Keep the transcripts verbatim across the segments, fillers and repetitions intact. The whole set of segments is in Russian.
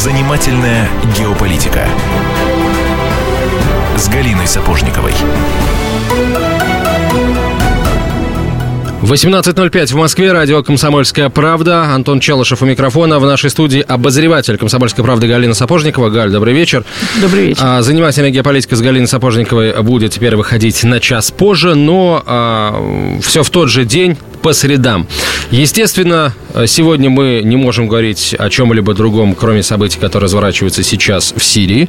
Занимательная геополитика с Галиной Сапожниковой. восемнадцать ноль пять в Москве, радио «Комсомольская правда». Антон Челышев у микрофона. В нашей студии обозреватель «Комсомольской правды» Галина Сапожникова. Галь, добрый вечер. Добрый вечер. А, занимательная геополитика с Галиной Сапожниковой будет теперь выходить на час позже, но а, все в тот же день, по средам. Естественно, сегодня мы не можем говорить о чем-либо другом, кроме событий, которые разворачиваются сейчас в Сирии.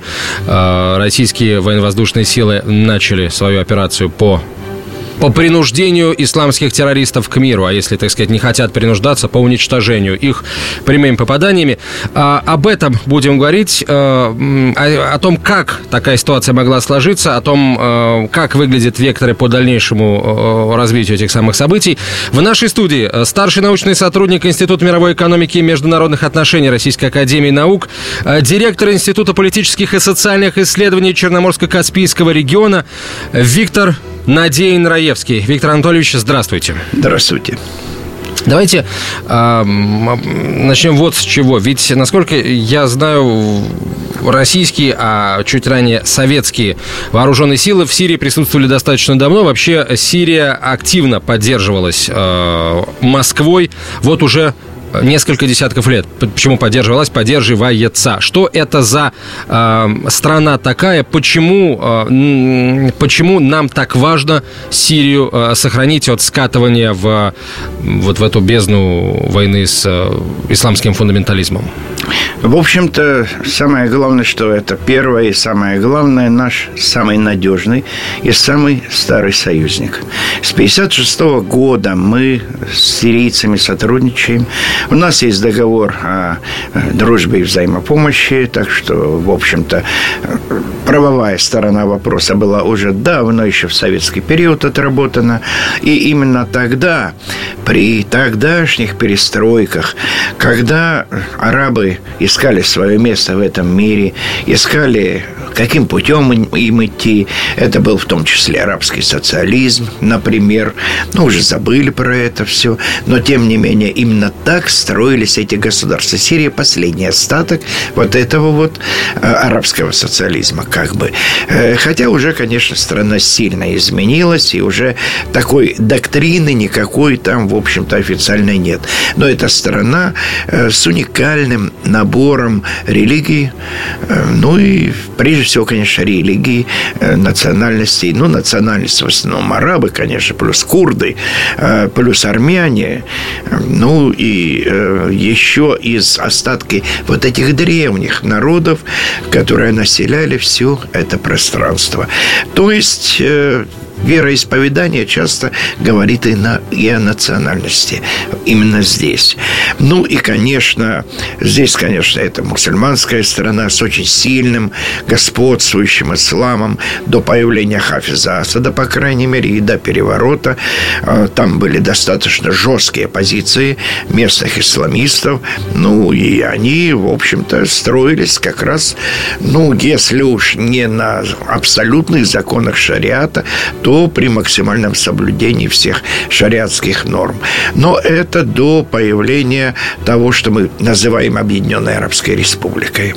А, российские военно-воздушные силы начали свою операцию по... по принуждению исламских террористов к миру, а если, так сказать, не хотят принуждаться, по уничтожению их прямыми попаданиями. А, об этом будем говорить, а, о, о том, как такая ситуация могла сложиться, о том, а, как выглядят векторы по дальнейшему а, развитию этих самых событий. В нашей студии старший научный сотрудник Института мировой экономики и международных отношений Российской академии наук, а, директор Института политических и социальных исследований Черноморско-Каспийского региона Виктор Надеин Раевский. Виктор Анатольевич, здравствуйте. Здравствуйте. Давайте э, начнем вот с чего. Ведь, насколько я знаю, российские, а чуть ранее советские вооруженные силы в Сирии присутствовали достаточно давно. Вообще Сирия активно поддерживалась э, Москвой вот уже несколько десятков лет. Почему поддерживалась? Поддерживается. Что это за э, страна такая? Почему, э, почему нам так важно Сирию э, сохранить от скатывания в, вот в эту бездну войны с э, исламским фундаментализмом? В общем-то, самое главное, что это первое и самое главное, наш самый надежный и самый старый союзник. С пятьдесят шестого года мы с сирийцами сотрудничаем. У нас есть договор о дружбе и взаимопомощи, так что, в общем-то, правовая сторона вопроса была уже давно, еще в советский период отработана. И именно тогда, при тогдашних перестройках, когда арабы искали свое место в этом мире, искали, каким путем им идти, это был в том числе арабский социализм, например, ну, уже забыли про это все, но, тем не менее, именно так строились эти государства. Сирия – последний остаток вот этого вот э, арабского социализма, как бы. Э, хотя уже, конечно, страна сильно изменилась, и уже такой доктрины никакой там, в общем-то, официальной нет. Но это страна э, с уникальным набором религий, э, ну и, прежде всего, конечно, религии, э, национальностей. Ну, национальность в основном арабы, конечно, плюс курды, э, плюс армяне, э, ну и э, еще из остатки вот этих древних народов, которые населяли все это пространство. То есть э, вероисповедание часто говорит и, на, и о национальности. Именно здесь. Ну и, конечно, здесь, конечно, это мусульманская страна с очень сильным господствующим исламом до появления Хафиза Асада, по крайней мере, и до переворота. Там были достаточно жесткие позиции местных исламистов. Ну и они, в общем-то, строились как раз, ну, если уж не на абсолютных законах шариата, то при максимальном соблюдении всех шариатских норм. Но это до появления того, что мы называем Объединенной Арабской Республикой.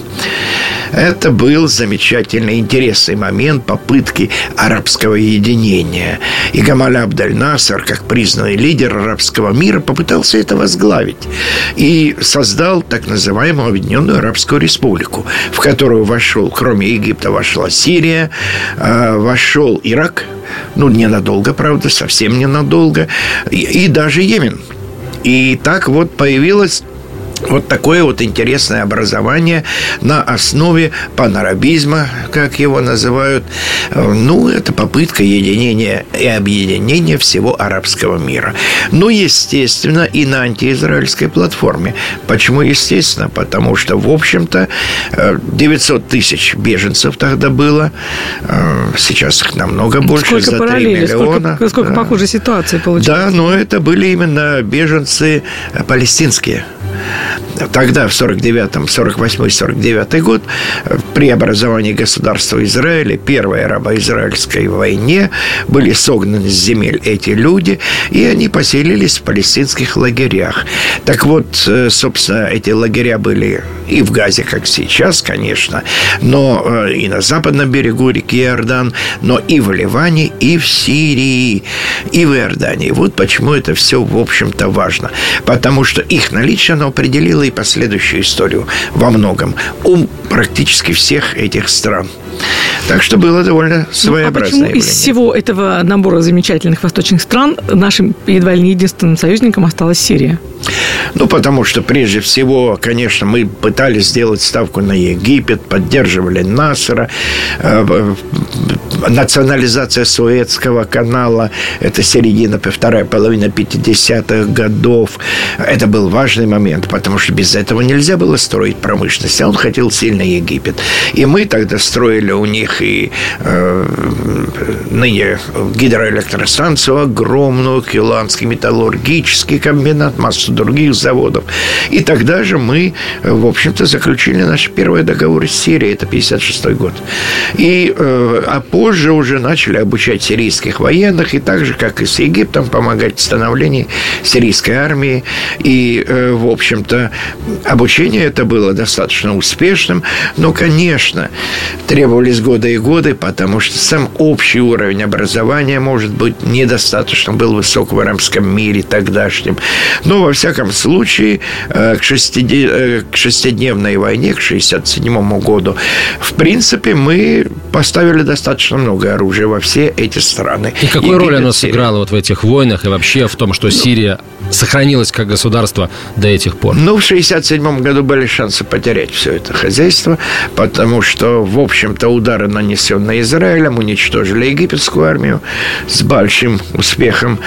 Это был замечательный, интересный момент попытки арабского единения. И Гамаль Абдель-Насер, как признанный лидер арабского мира, попытался это возглавить. И создал так называемую Объединенную Арабскую Республику, в которую вошел, кроме Египта, вошла Сирия, вошел Ирак, ну, ненадолго, правда, совсем ненадолго, и, и даже Йемен. И так вот появилась вот такое вот интересное образование на основе панарабизма, как его называют. Ну, это попытка единения и объединения всего арабского мира. Ну, естественно, и на антиизраильской платформе. Почему естественно? Потому что, в общем-то, девятьсот тысяч беженцев тогда было. Сейчас их намного больше, сколько за три миллиона. Сколько, сколько да. похожей ситуации получилось. Да, но это были именно беженцы палестинские. Тогда, в сорок девятом, сорок восьмой, сорок девятый год, при образовании государства Израиля, первой арабо-израильской войне, были согнаны с земель эти люди, и они поселились в палестинских лагерях. Так вот, собственно, эти лагеря были и в Газе, как сейчас, конечно, но и на западном берегу реки Иордан, но и в Ливане, и в Сирии, и в Иордании. Вот почему это все, в общем-то, важно. Потому что их наличие, оно определило и последующую историю во многом у практически всех этих стран. Так что было довольно своеобразное ну, а почему явление. Из всего этого набора замечательных восточных стран нашим едва ли не единственным союзником осталась Сирия? Ну, потому что, прежде всего, конечно, мы пытались сделать ставку на Египет, поддерживали Насера, э, национализация Суэцкого канала, это середина, вторая половина пятидесятых годов. Это был важный момент, потому что без этого нельзя было строить промышленность, а он хотел сильно Египет. И мы тогда строили у них и э, ныне гидроэлектростанцию огромную, Киланский металлургический комбинат, массу других заводов. И тогда же мы, в общем-то, заключили наш первый договор с Сирией, это пятьдесят шестой год. И, э, а позже уже начали обучать сирийских военных, и так же, как и с Египтом, помогать в становлении сирийской армии. И, э, в общем-то, обучение это было достаточно успешным, но, конечно, требовались годы и годы, потому что сам общий уровень образования, может быть, недостаточно был высок в арабском мире тогдашнем. Но, во всяком случае, к, шестиде... к шестидневной войне, к шестьдесят седьмому году, в принципе, мы поставили достаточно много оружия во все эти страны. И какую Египет, роль оно сыграло вот в этих войнах и вообще в том, что Сирия сохранилась как государство до этих пор? Ну, в шестьдесят седьмом году были шансы потерять все это хозяйство, потому что, в общем-то, удары, нанесенные Израилем, уничтожили египетскую армию с большим успехом.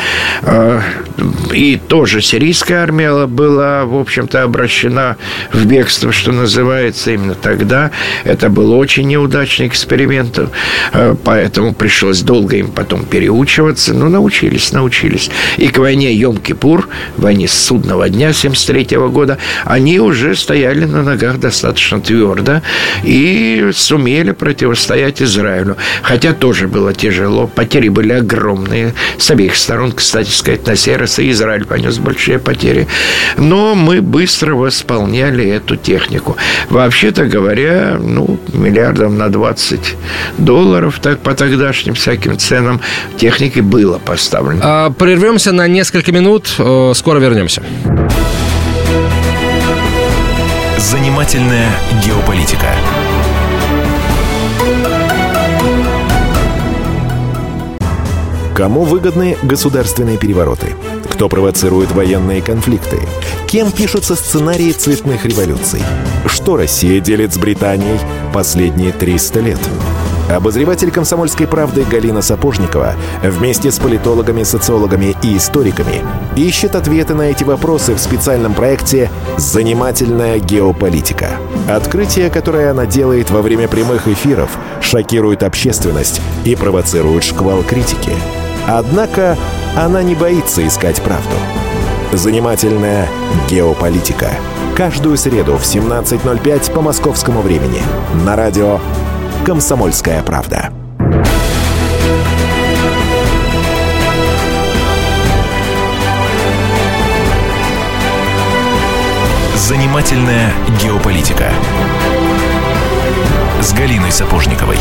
И тоже сирийская армия была, в общем-то, обращена в бегство, что называется, именно тогда. Это был очень неудачный эксперимент, поэтому пришлось долго им потом переучиваться. Но научились, научились. И к войне Йом-Кипур, войне Судного дня семьдесят третьего года, они уже стояли на ногах достаточно твердо и сумели противостоять Израилю. Хотя тоже было тяжело. Потери были огромные с обеих сторон. Кстати сказать, на сей раз и Израиль понес большие потери. Но мы быстро восполняли эту технику. Вообще-то говоря, ну, миллиардов на двадцать долларов, так по тогдашним всяким ценам техники было поставлено. А, прервемся на несколько минут. Скоро вернемся. Занимательная геополитика. Кому выгодны государственные перевороты? Кто провоцирует военные конфликты? Кем пишутся сценарии цветных революций? Что Россия делит с Британией последние триста лет? Обозреватель «Комсомольской правды» Галина Сапожникова вместе с политологами, социологами и историками ищет ответы на эти вопросы в специальном проекте «Занимательная геополитика». Открытия, которые она делает во время прямых эфиров, шокируют общественность и провоцируют шквал критики. Однако она не боится искать правду. «Занимательная геополитика». Каждую среду в семнадцать ноль пять по московскому времени на радио «Комсомольская правда». Занимательная геополитика с Галиной Сапожниковой.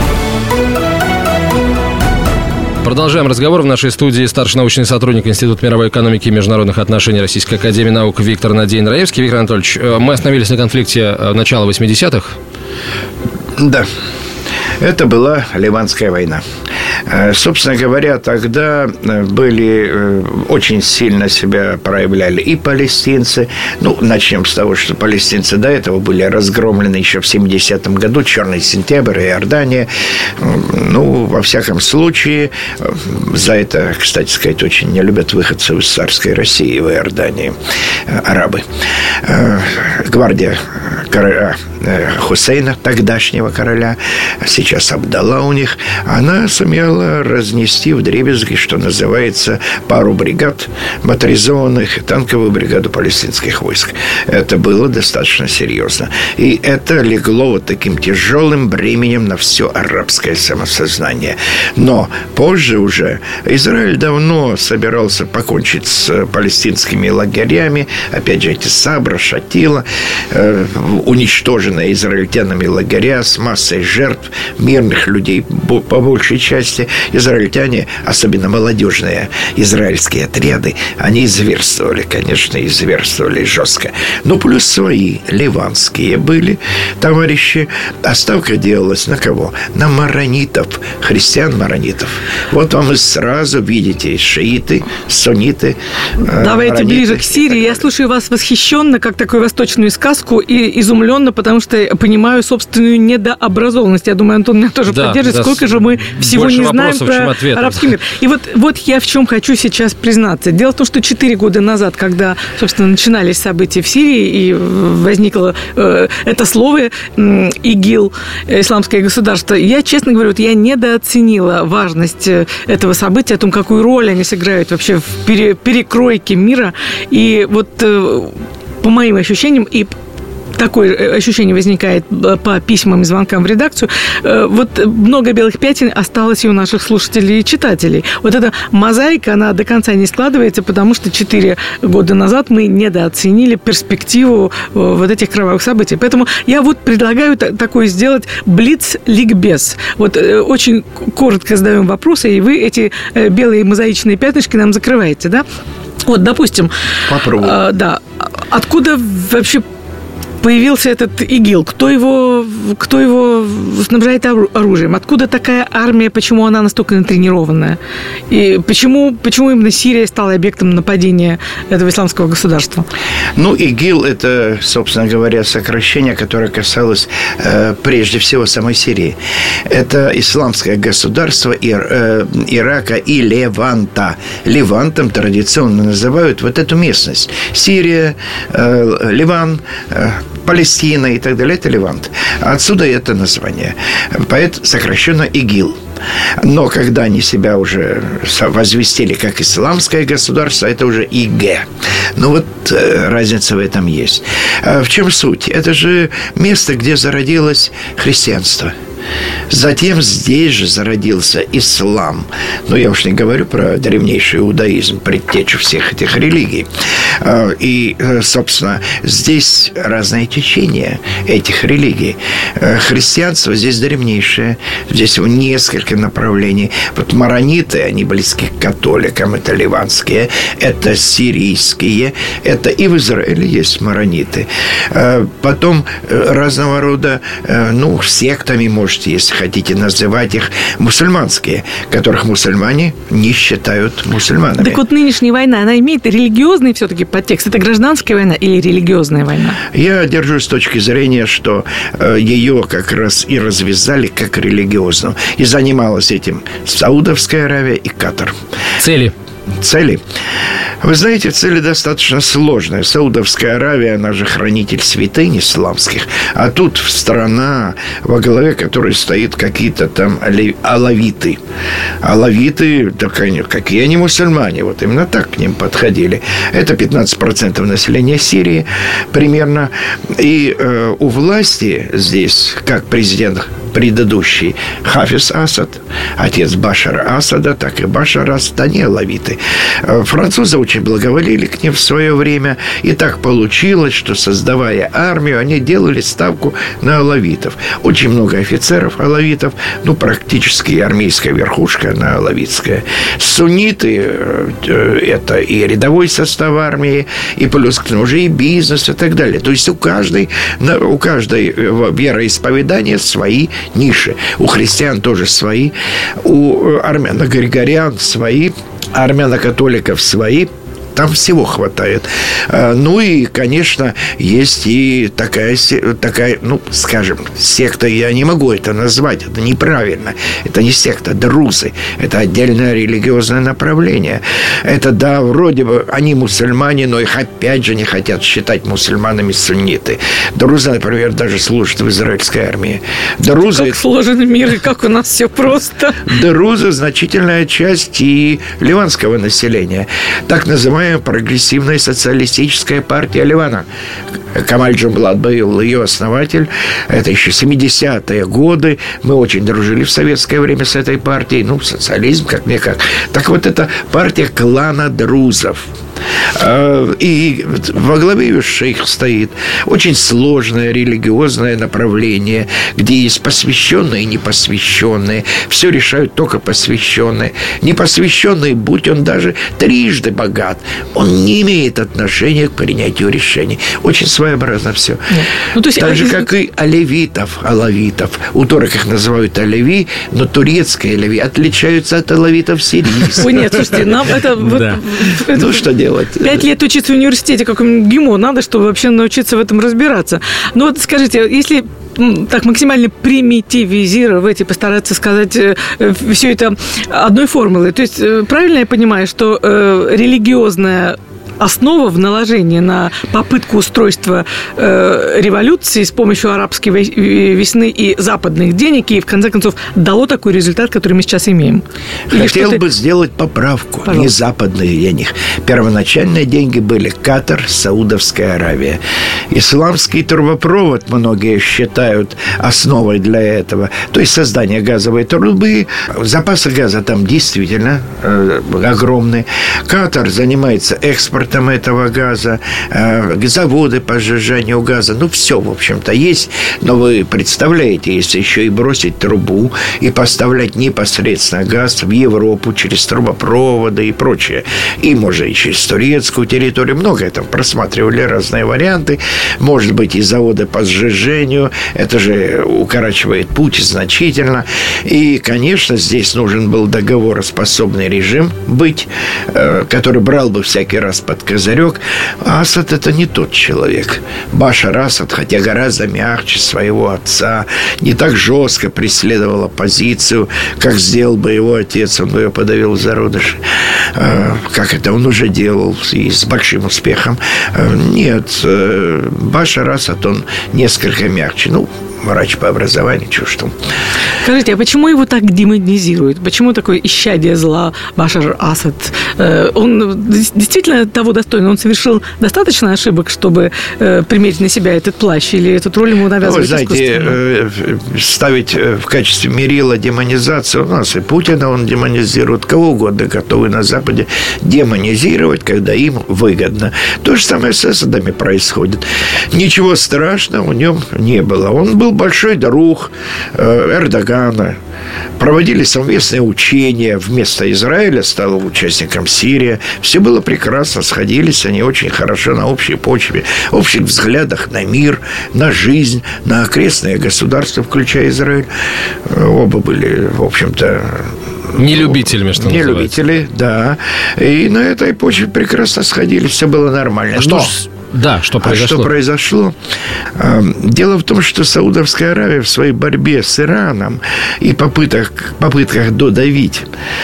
Продолжаем разговор. В нашей студии старший научный сотрудник Института мировой экономики и международных отношений Российской академии наук Виктор Надеин-Раевский. Виктор Анатольевич, мы остановились на конфликте начала восьмидесятых. Да. Это была Ливанская война. Собственно говоря, тогда были очень сильно себя проявляли и палестинцы. Ну, начнем с того, что палестинцы до этого были разгромлены еще в семидесятом году. Черный сентябрь, Иордания. Ну, во всяком случае, за это, кстати сказать, очень не любят выходцев из царской России в Иордании арабы. Гвардия короля Хусейна, тогдашнего короля, сейчас Абдалла у них, она сумела разнести вдребезги, что называется, пару бригад моторизованных, танковую бригаду палестинских войск. Это было достаточно серьезно. И это легло вот таким тяжелым бременем на все арабское самосознание. Но позже уже Израиль давно собирался покончить с палестинскими лагерями. Опять же, эти Сабра, Шатила. уничтоженные израильтянами лагеря с массой жертв, мирных людей, по большей части. Израильтяне, особенно молодежные израильские отряды, они зверствовали, конечно, и зверствовали жестко. Ну, плюс свои, ливанские были товарищи. А ставка делалась на кого? На маронитов, христиан-маронитов. Вот вам и сразу видите шииты, сунниты. Давайте марониты, ближе к Сирии. Я слушаю вас восхищенно, как такую восточную сказку, и изумленно, потому что понимаю собственную недообразованность. Я думаю, Антон меня тоже да, поддержит. да, Сколько же мы всего не знаем про арабский мир. И вот, вот я в чем хочу сейчас признаться. Дело в том, что четыре года назад, когда, собственно, начинались события в Сирии, и возникло э, это слово э, ИГИЛ, исламское государство, я, честно говоря, вот я недооценила важность этого события, о том, какую роль они сыграют вообще в пере, перекройке мира. И вот э, по моим ощущениям, и такое ощущение возникает по письмам и звонкам в редакцию. Вот много белых пятен осталось и у наших слушателей и читателей. Вот эта мозаика, она до конца не складывается, потому что четыре года назад мы недооценили перспективу вот этих кровавых событий. Поэтому я вот предлагаю такое сделать блиц-ликбез. Вот очень коротко задаем вопросы, и вы эти белые мозаичные пятнышки нам закрываете, да? Вот, допустим... Попробуем. А, да. Откуда вообще появился этот ИГИЛ? Кто его, кто его снабжает оружием? Откуда такая армия? Почему она настолько натренированная? И почему, почему именно Сирия стала объектом нападения этого исламского государства? Ну, ИГИЛ – это, собственно говоря, сокращение, которое касалось э, прежде всего самой Сирии. Это исламское государство Ир, э, Ирака и Леванта. Левантом традиционно называют вот эту местность. Сирия, э, Ливан, э, Палестина и так далее – это Левант. Отсюда это название. Поэтому сокращенно ИГИЛ. Но когда они себя уже возвестили как исламское государство, это уже ИГ. Ну вот разница в этом есть. В чем суть? Это же место, где зародилось христианство. Затем здесь же зародился ислам. Но я уж не говорю про древнейший иудаизм, предтечу всех этих религий. И, собственно, здесь разные течения этих религий. Христианство здесь древнейшее. Здесь несколько направлений. Вот марониты, они близки к католикам. Это ливанские, это сирийские. Это и в Израиле есть марониты. Потом разного рода, ну, сектами, может, если хотите называть их, мусульманские, которых мусульмане не считают мусульманами. Так вот, нынешняя война, она имеет религиозный все-таки подтекст? Это гражданская война или религиозная война? Я держусь с точки зрения, что ее как раз и развязали как религиозную. И занималась этим Саудовская Аравия и Катар. Цели? Цели? Вы знаете, цели достаточно сложные. Саудовская Аравия, она же хранитель святынь исламских. А тут страна, во главе которой стоит какие-то там алавиты. Алавиты, да, какие они мусульмане. Вот именно так к ним подходили. Это пятнадцать процентов населения Сирии примерно. И э, у власти здесь, как президент предыдущий, Хафиз Асад, отец Башара Асада, так и Башар Асад, они алавиты. Французы очень благоволили к ним в свое время. И так получилось, что, создавая армию, они делали ставку на алавитов. Очень много офицеров алавитов, ну, практически армейская верхушка, она алавитская. Сунниты – это и рядовой состав армии, и плюс к тому же и бизнес, и так далее. То есть у каждой, у каждой вероисповедания свои ниши. У христиан тоже свои, у армяно-григориан свои, армяно-католиков свои. Там всего хватает. Ну и, конечно, есть и такая, такая, ну, скажем, секта, я не могу это назвать, это неправильно. Это не секта, друзы. Это отдельное религиозное направление. Это, да, вроде бы они мусульмане, но их опять же не хотят считать мусульманами сунниты. Друзы, например, даже служат в израильской армии. Друзы... Как сложен мир, и как у нас все просто. Друзы – значительная часть и ливанского населения. Так называемая прогрессивная социалистическая партия Ливана. Камаль Джумблат был ее основатель. Это еще семидесятые годы. Мы очень дружили в советское время с этой партией. Ну, социализм, как-никак. Так вот, это партия клана друзов. И во главе ее шейх стоит. Очень сложное религиозное направление, где есть посвященные и непосвященные. Все решают только посвященные. Непосвященный, будь он даже трижды богат, он не имеет отношения к принятию решений. Очень своеобразно все. Ну, то есть, так же, а... как и алевитов, алавитов. У турок их называют алеви, но турецкие алеви отличаются от алавитов сирийских. Ой, нет, слушайте, нам это... Ну, что делать? Пять лет учиться в университете, каком-нибудь ГИМО надо, чтобы вообще научиться в этом разбираться. Ну, вот скажите, если так максимально примитивизировать и постараться сказать все это одной формулой, то есть правильно я понимаю, что религиозная основа в наложении на попытку устройства э, революции с помощью арабской весны и западных денег, и в конце концов дало такой результат, который мы сейчас имеем. Или Хотел бы сделать поправку. Пожалуйста. Не западные деньги. Первоначальные деньги были Катар, Саудовская Аравия. Исламский трубопровод многие считают основой для этого. То есть создание газовой трубы. Запасы газа там действительно э, огромные. Катар занимается экспортом этого газа, заводы по сжижанию газа, ну, все, в общем-то, есть. Но вы представляете, если еще и бросить трубу и поставлять непосредственно газ в Европу через трубопроводы и прочее, и, может, и через турецкую территорию, многое там просматривали, разные варианты, может быть, и заводы по сжижению, это же укорачивает путь значительно, и, конечно, здесь нужен был договороспособный режим быть, который брал бы всякий раз под козырек. Асад – это не тот человек. Башар Асад, хотя гораздо мягче своего отца, не так жестко преследовал оппозицию, как сделал бы его отец, он бы ее подавил в зародыше. Как это он уже делал, и с большим успехом. Нет, Башар Асад, он несколько мягче. Ну, врач по образованию, чего ж там. Скажите, а почему его так демонизируют? Почему такое исчадие зла Башар Асад? Он действительно того достоин? Он совершил достаточно ошибок, чтобы примерить на себя этот плащ? Или эту роль ему навязывают искусственно? Вы знаете, ставить в качестве мерила демонизацию, у нас и Путина он демонизирует, кого угодно готовы на Западе демонизировать, когда им выгодно. То же самое с Асадами происходит. Ничего страшного в нем не было. Он был большой друг Эрдогана. Проводили совместные учения. Вместо Израиля стал участником Сирии. Все было прекрасно. Сходились они очень хорошо на общей почве, общих взглядах на мир, на жизнь, на окрестные государства, включая Израиль. Оба были, в общем-то, не любителями, что не называется. Не любители, да. И на этой почве прекрасно сходились. Все было нормально. А что ж... Да, что произошло? А что произошло? Дело в том, что Саудовская Аравия в своей борьбе с Ираном и попытках, попытках додавить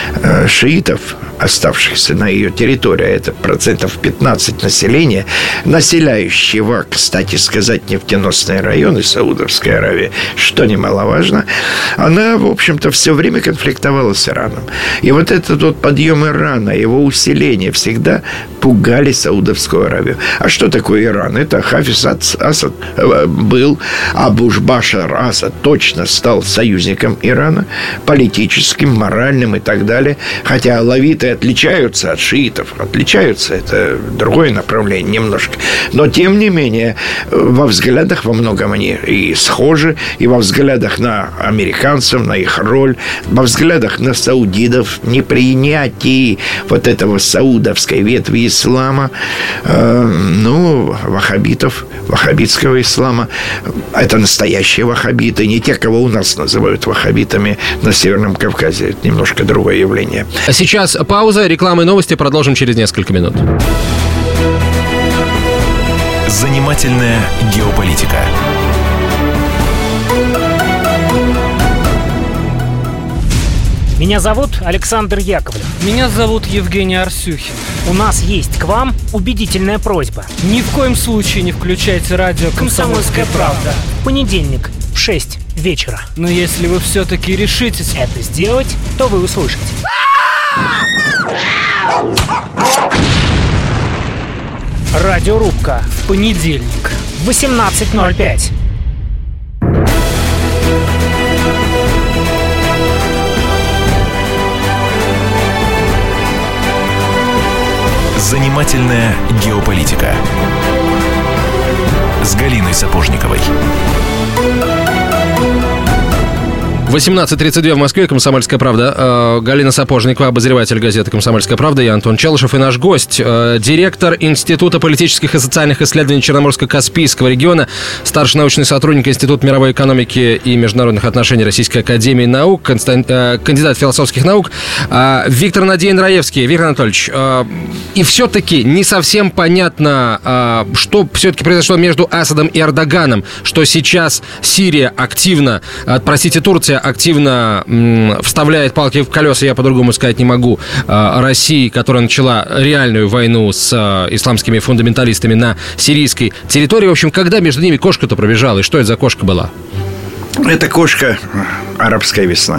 шиитов, оставшихся на ее территории, это процентов пятнадцать населения, населяющего, кстати сказать, нефтеносные районы Саудовской Аравии, что немаловажно, она, в общем-то, все время конфликтовала с Ираном. И вот этот вот подъем Ирана, его усиление всегда пугали Саудовскую Аравию. А что такое Иран? Это Хафиз Асад был, а Башар Асад точно стал союзником Ирана, политическим, моральным и так далее. Хотя алавиты отличаются от шиитов, отличаются, это другое направление немножко. Но, тем не менее, во взглядах во многом они и схожи, и во взглядах на американцев, на их роль, во взглядах на саудитов, непринятии вот этого саудовской ветви ислама, э, ну, ваххабитов, ваххабитского ислама. Это настоящие ваххабиты, не те, кого у нас называют ваххабитами на Северном Кавказе. Это немножко другое явление. А сейчас пауза, реклама и новости. Продолжим через несколько минут. Занимательная геополитика. Меня зовут Александр Яковлев. Меня зовут Евгений Арсюхин. У нас есть к вам убедительная просьба. Ни в коем случае не включайте радио «Комсомольская правда». В понедельник в шесть вечера. Но если вы все-таки решитесь это сделать, то вы услышите. Радиорубка. В понедельник. В восемнадцать ноль пять. Занимательная геополитика с Галиной Сапожниковой. восемнадцать тридцать два в Москве, «Комсомольская правда». Галина Сапожникова, обозреватель газеты «Комсомольская правда». Я Антон Челышев. И наш гость, директор Института политических и социальных исследований Черноморско-Каспийского региона, старший научный сотрудник Института мировой экономики и международных отношений Российской академии наук, кандидат философских наук Виктор Надеин Раевский. Виктор Анатольевич, и все-таки не совсем понятно, что все-таки произошло между Асадом и Эрдоганом, что сейчас Сирия активно, простите, Турция активно м, вставляет палки в колеса, я по-другому сказать не могу, э, России, которая начала реальную войну с э, исламскими фундаменталистами на сирийской территории. В общем, когда между ними кошка-то пробежала, и что это за кошка была? Это кошка арабская весна.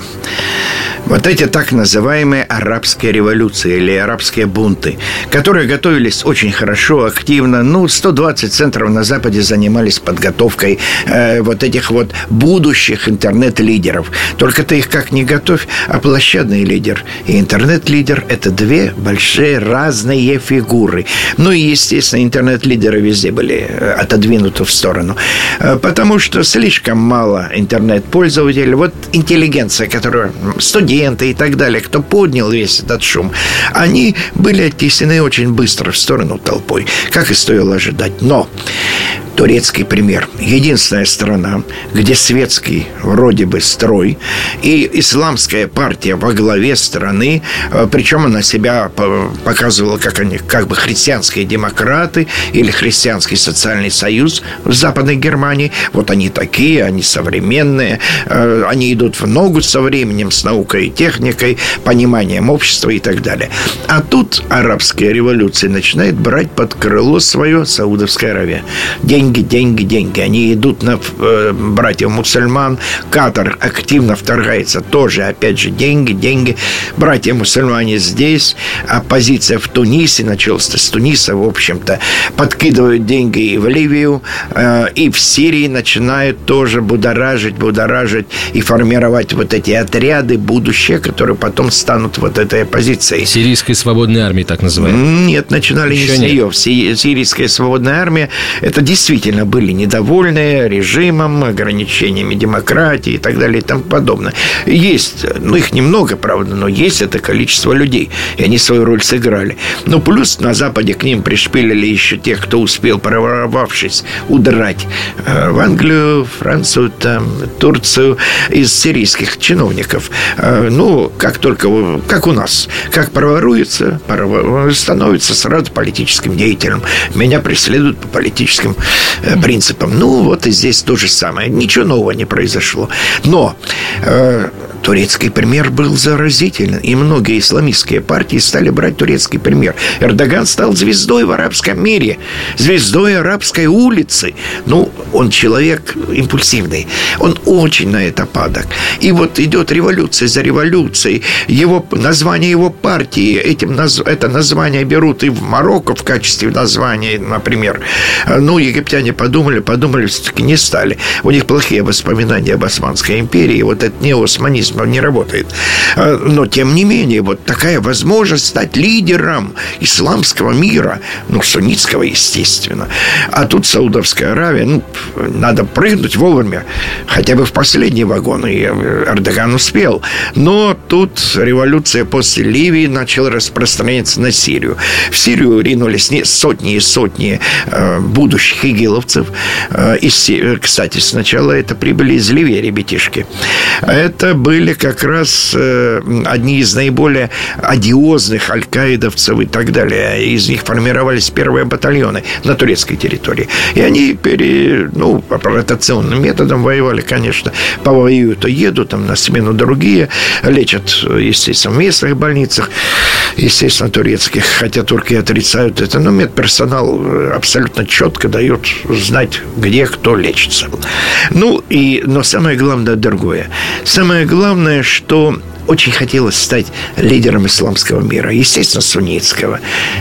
Вот эти так называемые арабские революции или арабские бунты, которые готовились очень хорошо, активно. Ну, сто двадцать центров на Западе занимались подготовкой э, вот этих вот будущих интернет-лидеров. Только ты их как не готовь, а площадный лидер и интернет-лидер – это две большие разные фигуры. Ну и, естественно, интернет-лидеры везде были отодвинуты в сторону, потому что слишком мало интернет-пользователей. Вот интеллигенция, которая студенты и так далее, кто поднял весь этот шум, они были оттеснены очень быстро в сторону толпой, как и стоило ожидать. Но турецкий пример. Единственная страна, где светский вроде бы строй и исламская партия во главе страны, причем она себя показывала как они, как бы христианские демократы или христианский социальный союз в Западной Германии. Вот они такие, они современные, они идут в ногу со временем, с наукой и техникой, пониманием общества и так далее. А тут арабская революция начинает брать под крыло свое Саудовская Аравия. Деньги, деньги, деньги. Они идут на э, братьев-мусульман. Катар активно вторгается. Тоже, опять же, деньги, деньги. Братья-мусульмане здесь. Оппозиция в Тунисе. Началось-то с Туниса, в общем-то. Подкидывают деньги и в Ливию. Э, и в Сирии начинают тоже будоражить, будоражить и формировать вот эти отряды будущее, которые потом станут вот этой оппозицией. Сирийской свободной армии, так называемой. Нет, начинали Еще не с нее. Нет. Сирийская свободная армия – это действительно были недовольны режимом, ограничениями демократии и так далее и тому подобное. Есть, ну, их немного, правда, но есть это количество людей, и они свою роль сыграли. Ну, плюс на Западе к ним пришпилили еще тех, кто успел, проворовавшись, удрать в Англию, Францию, там, Турцию из сирийских чиновников. Ну, как только, как у нас, как проворуется, становится сразу политическим деятелем. Меня преследуют по политическим э, принципам. Ну, вот и здесь то же самое. Ничего нового не произошло. Но э, турецкий пример был заразительный. И многие исламистские партии стали брать турецкий пример. Эрдоган стал звездой в арабском мире. Звездой арабской улицы. Ну, он человек импульсивный. Он очень на это падок. И вот идет революция за революцией. Его, название его партии, этим, это название берут и в Марокко в качестве названия, например. Ну, египтяне подумали, подумали, все-таки не стали. У них плохие воспоминания об Османской империи. Вот этот неоосманизм не работает. Но, тем не менее, вот такая возможность стать лидером исламского мира, ну, суннитского, естественно. А тут Саудовская Аравия, ну, надо прыгнуть вовремя, хотя бы в последний вагон, и Эрдоган успел. Но тут революция после Ливии начала распространяться на Сирию. В Сирию ринулись сотни и сотни э, будущих игиловцев. Э, из, кстати, сначала это прибыли из Ливии ребятишки. Это были как раз э, одни из наиболее одиозных аль-каидовцев и так далее. Из них формировались первые батальоны на турецкой территории. И они пере, ну, по ротационным методам воевали, конечно. Повоюют, едут там на смену другие. Лечат, естественно, в местных больницах, естественно, турецких, хотя турки отрицают это, но медперсонал абсолютно четко дает знать, где кто лечится. Ну, и, но самое главное другое. Самое главное, что очень хотелось стать лидером исламского мира, естественно, суннитского.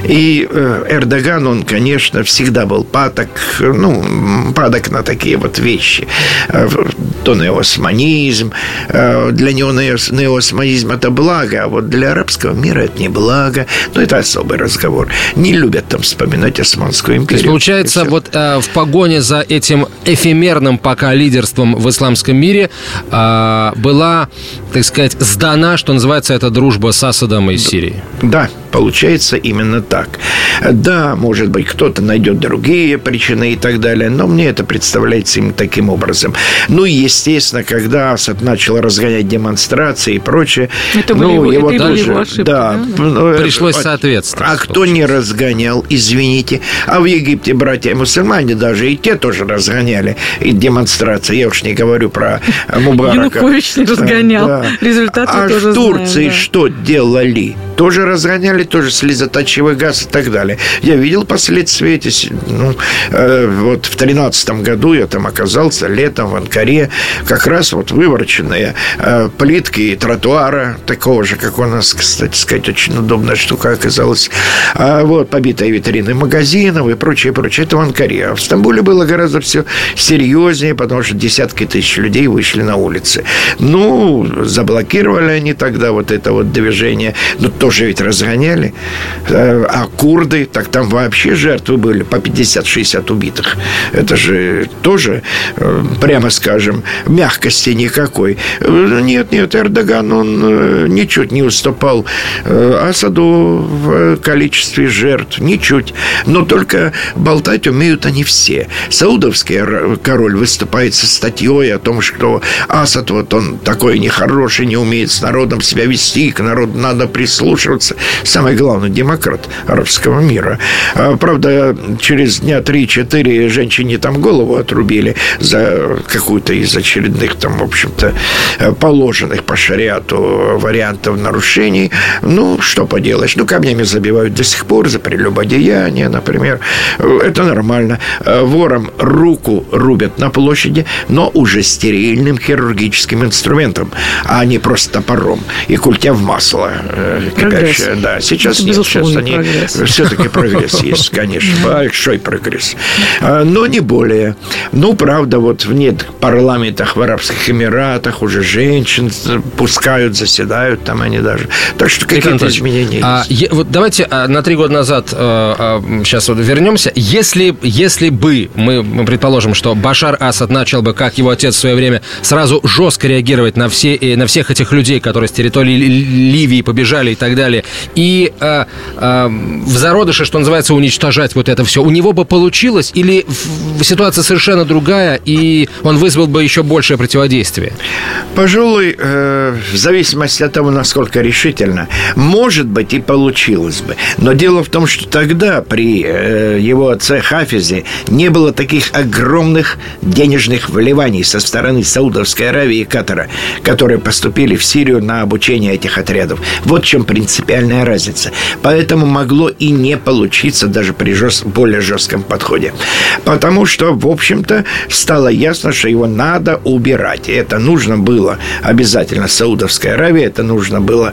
И э, Эрдоган, он, конечно, всегда был падок, ну, падок на такие вот вещи. то неоосманизм. Для него неоосманизм – это благо, а вот для арабского мира это не благо. Но это особый разговор. Не любят там вспоминать Османскую империю. То есть, получается, вот э, в погоне за этим эфемерным пока лидерством в исламском мире э, была, так сказать, сдана, что называется, эта дружба с Асадом и Сирией. Да, получается именно так. Да, может быть, кто-то найдет другие причины и так далее, но мне это представляется именно таким образом. Ну и, естественно, когда Асад начал разгонять демонстрации и прочее, это ну, были, его это тоже, его ошибки, да, да? Пришлось соответствовать. А кто не разгонял, извините? А в Египте братья-мусульмане даже и те тоже разгоняли и демонстрации. Я уж не говорю про Мубарака. Янукович не разгонял. Да. Результаты а тоже в Турции знаем, да. что делали? Тоже разгоняли, тоже слезоточивый газ и так далее. Я видел последствия эти. Ну, э, вот в тринадцатом году я там оказался летом в Анкаре. Как раз вот вывороченные э, плитки тротуара, такого же, как у нас, кстати сказать, очень удобная штука оказалась. А вот побитые витрины магазинов и прочее, прочее. Это в Анкаре. А в Стамбуле было гораздо все серьезнее, потому что десятки тысяч людей вышли на улицы. Ну, заблокировали они тогда вот это вот движение. Ну, тоже ведь разгоняли. А курды, так там вообще жертвы были по пятьдесят-шестьдесят убитых. Это же тоже, прямо скажем, мягкости никакой. Нет, нет, Эрдоган, он ничуть не уступал Асаду в количестве жертв. Ничуть. Но только болтать умеют они все. Саудовский король выступает со статьей о том, что Асад, вот он такой нехороший, не умеет с народом себя вести, к народу надо прислушиваться. Самый главный демократ арабского мира. Правда, через дня три-четыре женщине там голову отрубили за какую-то из очередных там, в общем-то, положенных по шариату вариантов нарушений. Ну, что поделаешь. Ну, камнями забивают до сих пор за прелюбодеяние, например. Это нормально. Ворам руку рубят на площади, но уже стерильным хирургическим инструментом, а не просто топором. И культя в масло кипящее. Да, сейчас это, нет, сейчас они прогресс. Все-таки прогресс есть, конечно, большой прогресс, но не более. Ну, правда, вот в нет парламентах в Арабских Эмиратах уже женщин пускают, заседают там они даже. Так что какие-то изменения а, есть. Е, вот давайте а, на три года назад а, а, сейчас вот вернемся. Если, если бы мы, мы предположим, что Башар Асад начал бы, как его отец в свое время, сразу жестко реагировать на, все, на всех этих людей, которые с территории Ливии побежали и так далее, и э, э, в зародыше, что называется, уничтожать вот это все, у него бы получилось, или ситуация совершенно другая, и он вызвал бы еще большее противодействие? Пожалуй, э, в зависимости от того, насколько решительно, может быть, и получилось бы. Но дело в том, что тогда при э, его отце Хафизе не было таких огромных денежных вливаний со стороны Саудовской Аравии и Катара, которые поступили в Сирию на обучение этих отрядов. Вот в чем принципиальная разница. Поэтому могло и не получиться даже при жест... более жестком подходе. Потому что, в общем-то, стало ясно, что его надо убирать. И это нужно было обязательно Саудовской Аравии, это нужно было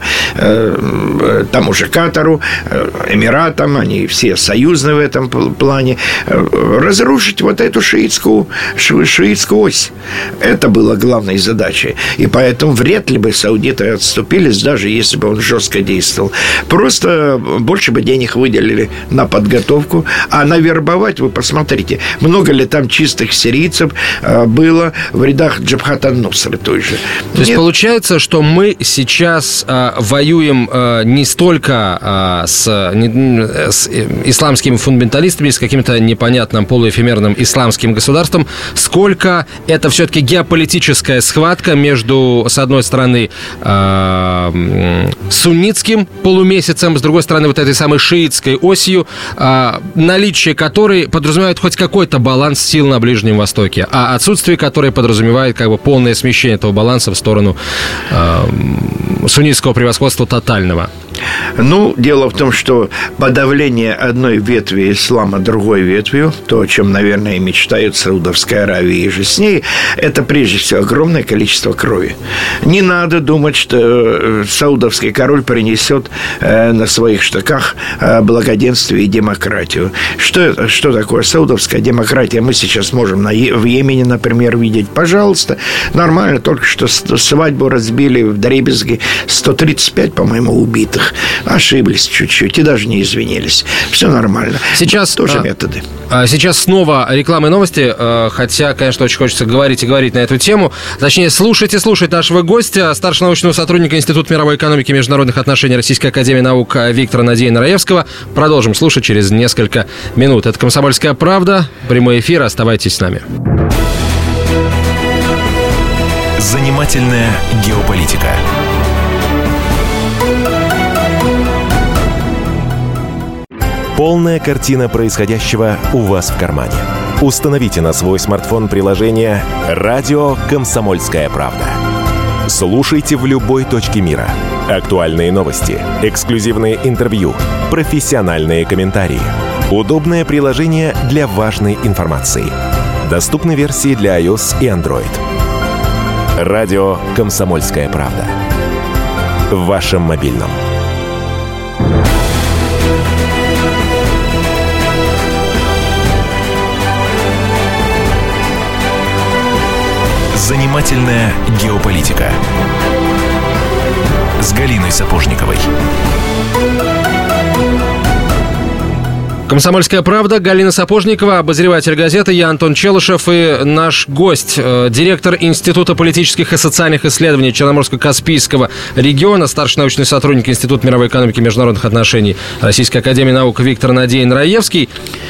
э, тому же Катару, э, Эмиратам, они все союзны в этом плане, э, разрушить вот эту шиитскую, ши, шиитскую ось. Это было главной задачей. И поэтому вряд ли бы саудиты отступились, даже если бы он жестко действовал. Просто больше бы денег выделили на подготовку, а на вербовать, вы посмотрите, много ли там чистых сирийцев было в рядах Джабхат ан-Нусры той же. То есть Нет. получается, что мы сейчас а, воюем а, не столько а, с, не, с исламскими фундаменталистами, с каким-то непонятным полуэфемерным исламским государством, сколько это все-таки геополитическая схватка между, с одной стороны, а, суннитским полумесяцем, с другой стороны, вот этой самой шиитской осью, а, наличие которой подразумевает хоть какой-то баланс сил на Ближнем Востоке, а отсутствие которой подразумевает как бы полное смещение этого баланса в сторону а, суннитского превосходства тотального. Ну, дело в том, что подавление одной ветви ислама другой ветвью, то, о чем, наверное, и мечтают Саудовская Аравия и же с ней, это, прежде всего, огромное количество крови. Не надо думать, что саудовский король принесет на своих штыках благоденствие и демократию. Что, что такое саудовская демократия? Мы сейчас можем на, в Йемене, например, видеть. Пожалуйста, нормально. Только что свадьбу разбили в дребезги. сто тридцать пять, по-моему, убитых. Ошиблись чуть-чуть и даже не извинились. Все нормально. Сейчас тоже а, методы. А сейчас снова реклама и новости. Хотя, конечно, очень хочется говорить и говорить на эту тему. Точнее, слушайте, слушайте нашего гостя, старшего научного сотрудника Института мировой экономики и международных отношений Российской академии наук Виктора Надеина-Раевского. Продолжим слушать через несколько минут. Это «Комсомольская правда». Прямой эфир. Оставайтесь с нами. Занимательная геополитика. Полная картина происходящего у вас в кармане. Установите на свой смартфон приложение «Радио Комсомольская правда». Слушайте в любой точке мира. Актуальные новости, эксклюзивные интервью, профессиональные комментарии. Удобное приложение для важной информации. Доступны версии для iOS и Android. Радио «Комсомольская правда». В вашем мобильном. Занимательная геополитика с Галиной Сапожниковой. «Комсомольская правда», Галина Сапожникова, обозреватель газеты, я Антон Челышев и наш гость, директор Института политических и социальных исследований Черноморско-Каспийского региона, старший научный сотрудник Института мировой экономики и международных отношений Российской академии наук Виктор Надеин-Раевский.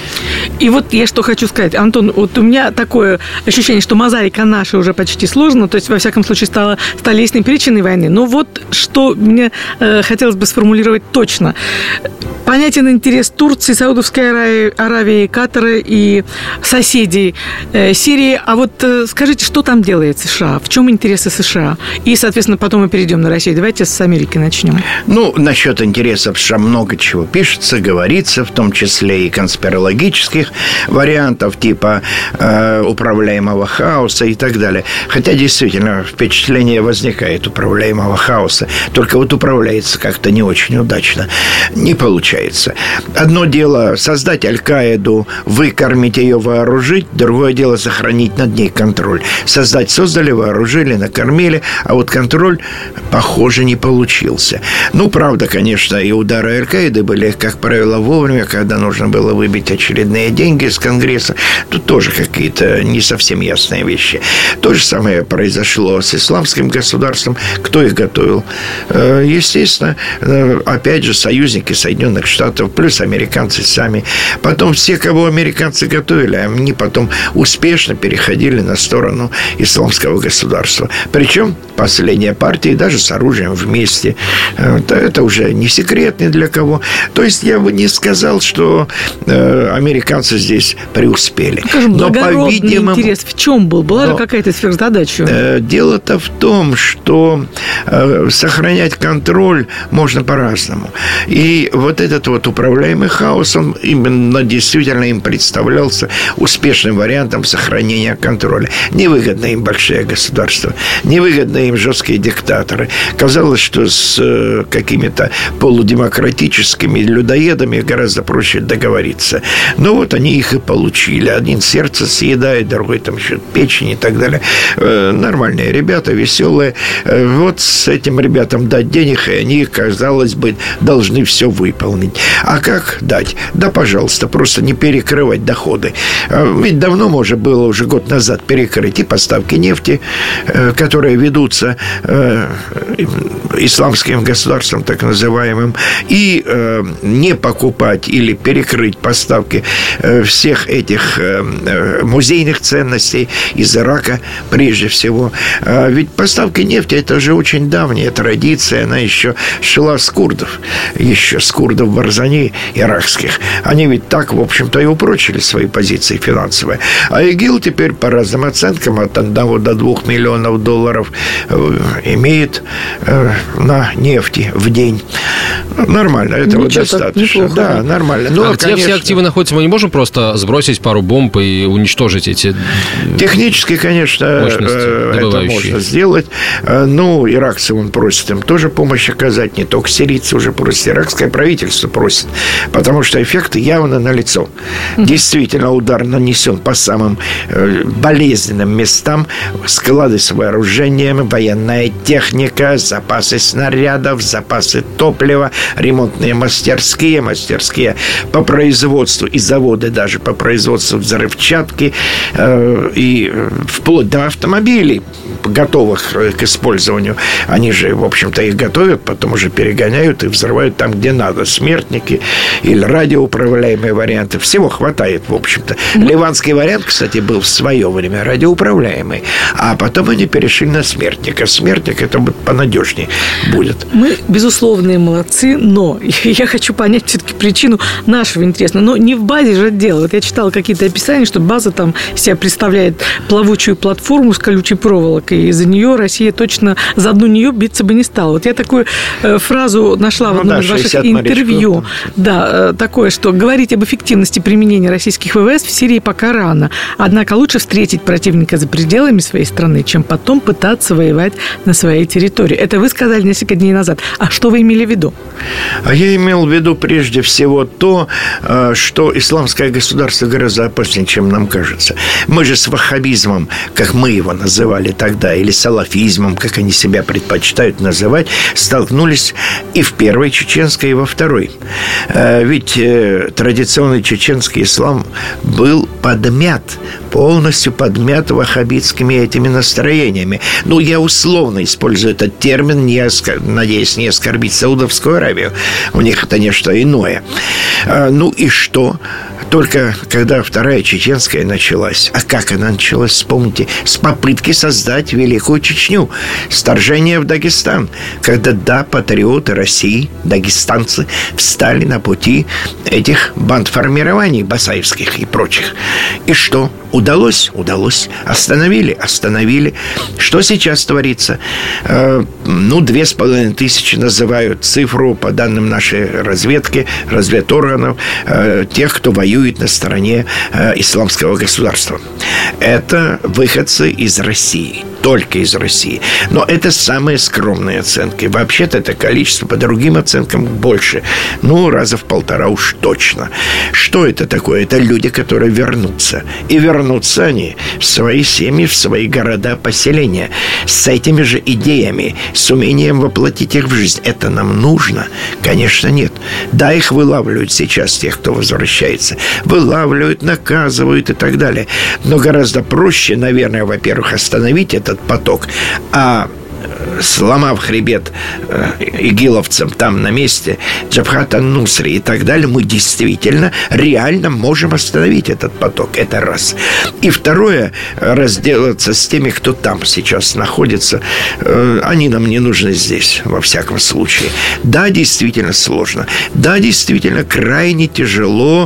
И вот я что хочу сказать, Антон, вот у меня такое ощущение, что мозаика наша уже почти сложена, то есть, во всяком случае, стала, стали ясны причины войны. Но вот что мне э, хотелось бы сформулировать точно. Понятен интерес Турции, Саудовской Аравии, Катара и соседей э, Сирии. А вот э, скажите, что там делает США? В чем интересы США? И, соответственно, потом мы перейдем на Россию. Давайте с Америки начнем. Ну, насчет интересов США много чего пишется, говорится, в том числе и конспирологических вариантов, типа э, управляемого хаоса и так далее. Хотя, действительно, впечатление возникает управляемого хаоса. Только вот управляется как-то не очень удачно. Не получается. Одно дело создать Аль-Каиду, выкормить ее, вооружить. Другое дело сохранить над ней контроль. Создать создали, вооружили, накормили, а вот контроль, похоже, не получился. Ну, правда, конечно, и удары Аль-Каиды были, как правило, вовремя, когда нужно было выбить очередные деньги из Конгресса. Тут тоже какие-то не совсем ясные вещи. То же самое произошло с исламским государством. Кто их готовил? Естественно, опять же, союзники Соединенных Штатов, плюс американцы сами. Потом все, кого американцы готовили, они потом успешно переходили на сторону исламского государства. Причем последняя партия даже с оружием вместе. Это уже не секрет ни для кого. То есть я бы не сказал, что американцы здесь преуспели. Скажем, но, по-видимому, интерес в чем был? Была но, же какая-то сверхзадача? Дело-то в том, что сохранять контроль можно по-разному. И вот этот вот управляемый хаос, он именно действительно им представлялся успешным вариантом сохранения контроля. Невыгодно им большие государства, невыгодно им жесткие диктаторы. Казалось, что с какими-то полудемократическими людоедами гораздо проще договориться. Но вот они их и получили. Один сердце съедает, другой там еще печень и так далее. Нормальные ребята, веселые. Вот с этим ребятам дать денег, и они, казалось бы, должны все выполнить. А как дать? Да, пожалуйста, просто не перекрывать доходы. Ведь давно можно было уже год назад перекрыть и поставки нефти, которые ведутся исламским государством, так называемым, и не покупать или перекрыть поставки всех этих музейных ценностей из Ирака, прежде всего. Ведь поставки нефти – это же очень давняя традиция, она еще шла с курдов, еще с курдов в Барзани иракских. Они ведь так, в общем-то, и упрочили свои позиции финансовые. А ИГИЛ теперь, по разным оценкам, от одного до двух миллионов долларов имеет на нефти в день. Нормально, этого Ничего, достаточно. Да, нормально. Ну, а где конечно... все активы находятся? Мы не можем просто сбросить пару бомб и уничтожить эти технически, конечно, это можно сделать. Ну, иракцы, он просит им тоже помощь оказать, не только сирийцы уже просят. Иракское правительство руководство просит. Потому что эффекты явно налицо. Mm-hmm. Действительно, удар нанесен по самым э, болезненным местам. Склады с вооружением, военная техника, запасы снарядов, запасы топлива, ремонтные мастерские, мастерские по производству и заводы даже по производству взрывчатки э, и вплоть до автомобилей, готовых к использованию. Они же, в общем-то, их готовят, потом уже перегоняют и взрывают там, где надо. Смертники или радиоуправляемые варианты. Всего хватает, в общем-то. Mm-hmm. Ливанский вариант, кстати, был в свое время радиоуправляемый. А потом они перешли на смертника. Смертник это понадежнее будет. Мы, безусловно, молодцы, но я хочу понять все-таки причину нашего интереса. Но не в базе же дело. Вот я читала какие-то описания, что база там себя представляет плавучую платформу с колючей проволокой. И за нее Россия точно, за одну нее биться бы не стала. Вот я такую э, фразу нашла ну, в одном да, из ваших интервью. Морячков, да, э, такое, что говорить об эффективности применения российских ВВС в Сирии пока рано. Однако лучше встретить противника за пределами своей страны, чем потом пытаться воевать на своей территории. Это вы сказали несколько дней назад. А что вы имели в виду? А я имел в виду прежде всего то, что исламское государство гораздо опаснее, чем нам кажется. Мы же с ваххабизмом, как мы его называли тогда, или салафизмом, как они себя предпочитают называть, столкнулись и в первой чеченской, и во второй. Ведь традиционный чеченский ислам был подмят, полностью подмят ваххабитскими этими настроениями. Ну, я условно использую этот термин, не оскор... надеясь не оскорбить Саудовскую Аравию. У них это нечто иное. Ну и что? Только когда Вторая Чеченская началась. А как она началась, вспомните? С попытки создать Великую Чечню. С вторжения в Дагестан. Когда, да, патриоты России, дагестанцы, встали на пути этих бандформирований басаевских и прочих. И что? Удалось? Удалось. Остановили? Остановили. Что сейчас творится? Э, ну, две с половиной тысячи называют цифру по данным нашей разведки, разведорганов, э, тех, кто воюет на стороне э, исламского государства. Это выходцы из России. Только из России. Но это самые скромные оценки. Вообще-то это количество по другим оценкам больше. Ну, раза в полтора уж точно. Что это такое? Это люди, которые вернутся. И вернутся они в свои семьи, в свои города, поселения. С этими же идеями, с умением воплотить их в жизнь. Это нам нужно? Конечно, нет. Да, их вылавливают сейчас, тех, кто возвращается. Вылавливают, наказывают и так далее. Но гораздо проще, наверное, во-первых, остановить этот поток, а сломав хребет игиловцам там на месте, Джабхат ан-Нусри и так далее, мы действительно реально можем остановить этот поток. Это раз. И второе, разделаться с теми, кто там сейчас находится. Они нам не нужны здесь, во всяком случае. Да, действительно сложно. Да, действительно крайне тяжело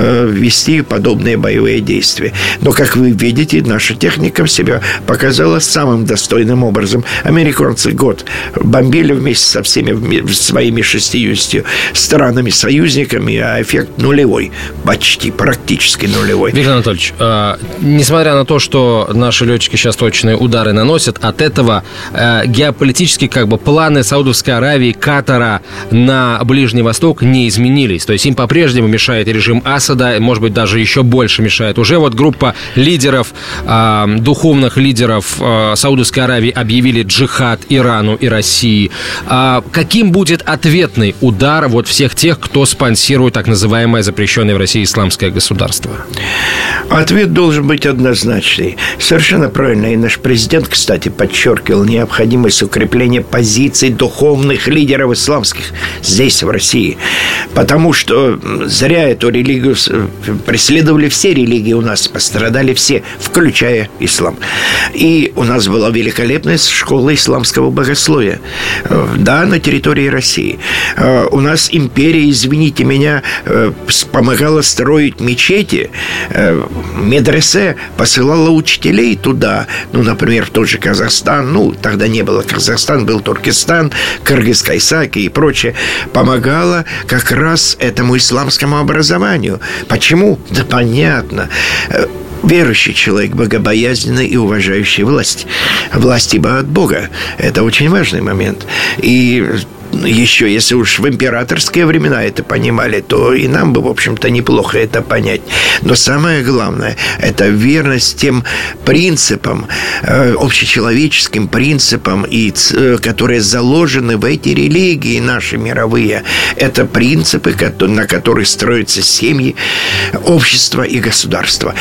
вести подобные боевые действия. Но, как вы видите, наша техника себя показала самым достойным образом. Американцы год бомбили вместе со всеми своими шестьюдесятью странами-союзниками, а эффект нулевой. Почти, практически нулевой. Виктор Анатольевич, э, несмотря на то, что наши летчики сейчас точные удары наносят, от этого э, геополитические как бы планы Саудовской Аравии, Катара на Ближний Восток не изменились. То есть им по-прежнему мешает режим Асада, может быть, даже еще больше мешает. Уже вот группа лидеров, э, духовных лидеров э, Саудовской Аравии объявили джихад Ирану и России. А каким будет ответный удар вот всех тех, кто спонсирует так называемое запрещенное в России исламское государство? Ответ должен быть однозначный. Совершенно правильно. И наш президент, кстати, подчеркивал необходимость укрепления позиций духовных лидеров исламских здесь, в России. Потому что зря эту религию преследовали все религии у нас, пострадали все, включая ислам. И у нас была великолепная школа исламского богословия. Да, на территории России. У нас империя, извините меня, помогала строить мечети, медресе, посылала учителей туда, ну, например, в тот же Казахстан, ну, тогда не было Казахстан, был Туркестан, Кыргыз-Кайсаки и прочее, помогала как раз этому исламскому образованию. Почему? Да понятно. Верующий человек, богобоязненный и уважающий власть. Власть ибо от Бога. Это очень важный момент. И еще, если уж в императорские времена это понимали, то и нам бы, в общем-то, неплохо это понять. Но самое главное – это верность тем принципам, э, общечеловеческим принципам, и, э, которые заложены в эти религии наши мировые. Это принципы, на которых строятся семьи, общество и государство.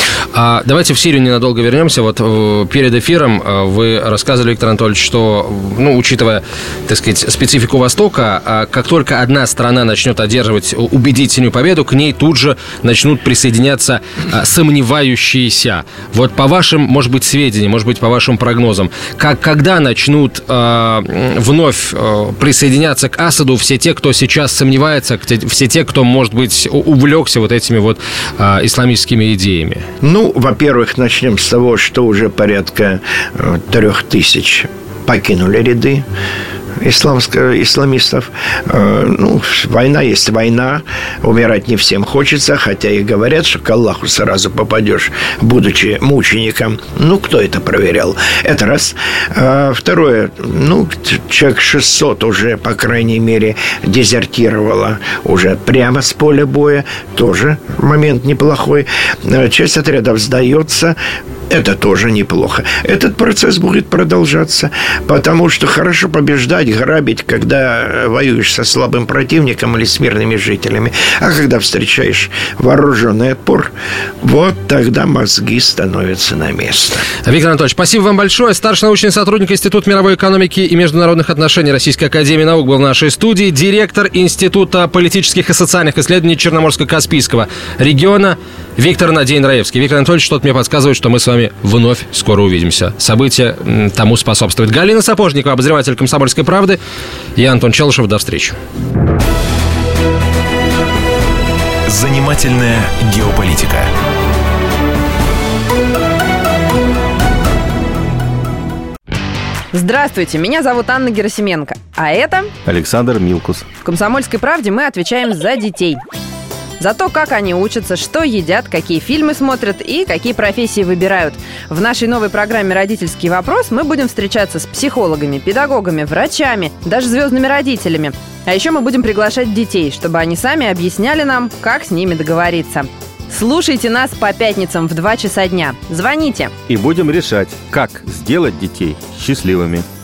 А давайте в Сирию ненадолго вернемся. Вот перед эфиром вы рассказывали, Виктор Анатольевич, что, ну, учитывая, так сказать, специфику Востока, как только одна страна начнет одерживать убедительную победу, к ней тут же начнут присоединяться сомневающиеся. Вот по вашим, может быть, сведениям, может быть, по вашим прогнозам, как, когда начнут э, вновь э, присоединяться к Асаду все те, кто сейчас сомневается, все те, кто, может быть, увлекся вот этими вот э, исламистскими идеями? Ну, во-первых, начнем с того, что уже порядка э, трех тысяч покинули ряды исламских, исламистов. Э, ну, война есть война. Умирать не всем хочется, хотя и говорят, что к Аллаху сразу попадешь, будучи мучеником. Ну, кто это проверял? Это раз. А второе, ну, человек шестьсот уже, по крайней мере, дезертировало уже прямо с поля боя. Тоже момент неплохой. Часть отрядов сдается. Это тоже неплохо. Этот процесс будет продолжаться, потому что хорошо побеждать, грабить, когда воюешь со слабым противником или с мирными жителями. А когда встречаешь вооруженный отпор, вот тогда мозги становятся на место. Виктор Анатольевич, спасибо вам большое. Старший научный сотрудник Института мировой экономики и международных отношений Российской академии наук был в нашей студии, директор Института политических и социальных исследований Черноморско-Каспийского региона Виктор Надейн Раевский. Виктор Анатольевич, что-то мне подсказывает, что мы с вами вновь скоро увидимся. События тому способствуют. Галина Сапожникова, обозреватель «Комсомольской правды». Я Антон Челышев. До встречи. Занимательная геополитика. Здравствуйте, меня зовут Анна Герасименко. А это Александр Милкус. В «Комсомольской правде» мы отвечаем за детей. За то, как они учатся, что едят, какие фильмы смотрят и какие профессии выбирают. В нашей новой программе «Родительский вопрос» мы будем встречаться с психологами, педагогами, врачами, даже звездными родителями. А еще мы будем приглашать детей, чтобы они сами объясняли нам, как с ними договориться. Слушайте нас по пятницам в два часа дня. Звоните. И будем решать, как сделать детей счастливыми.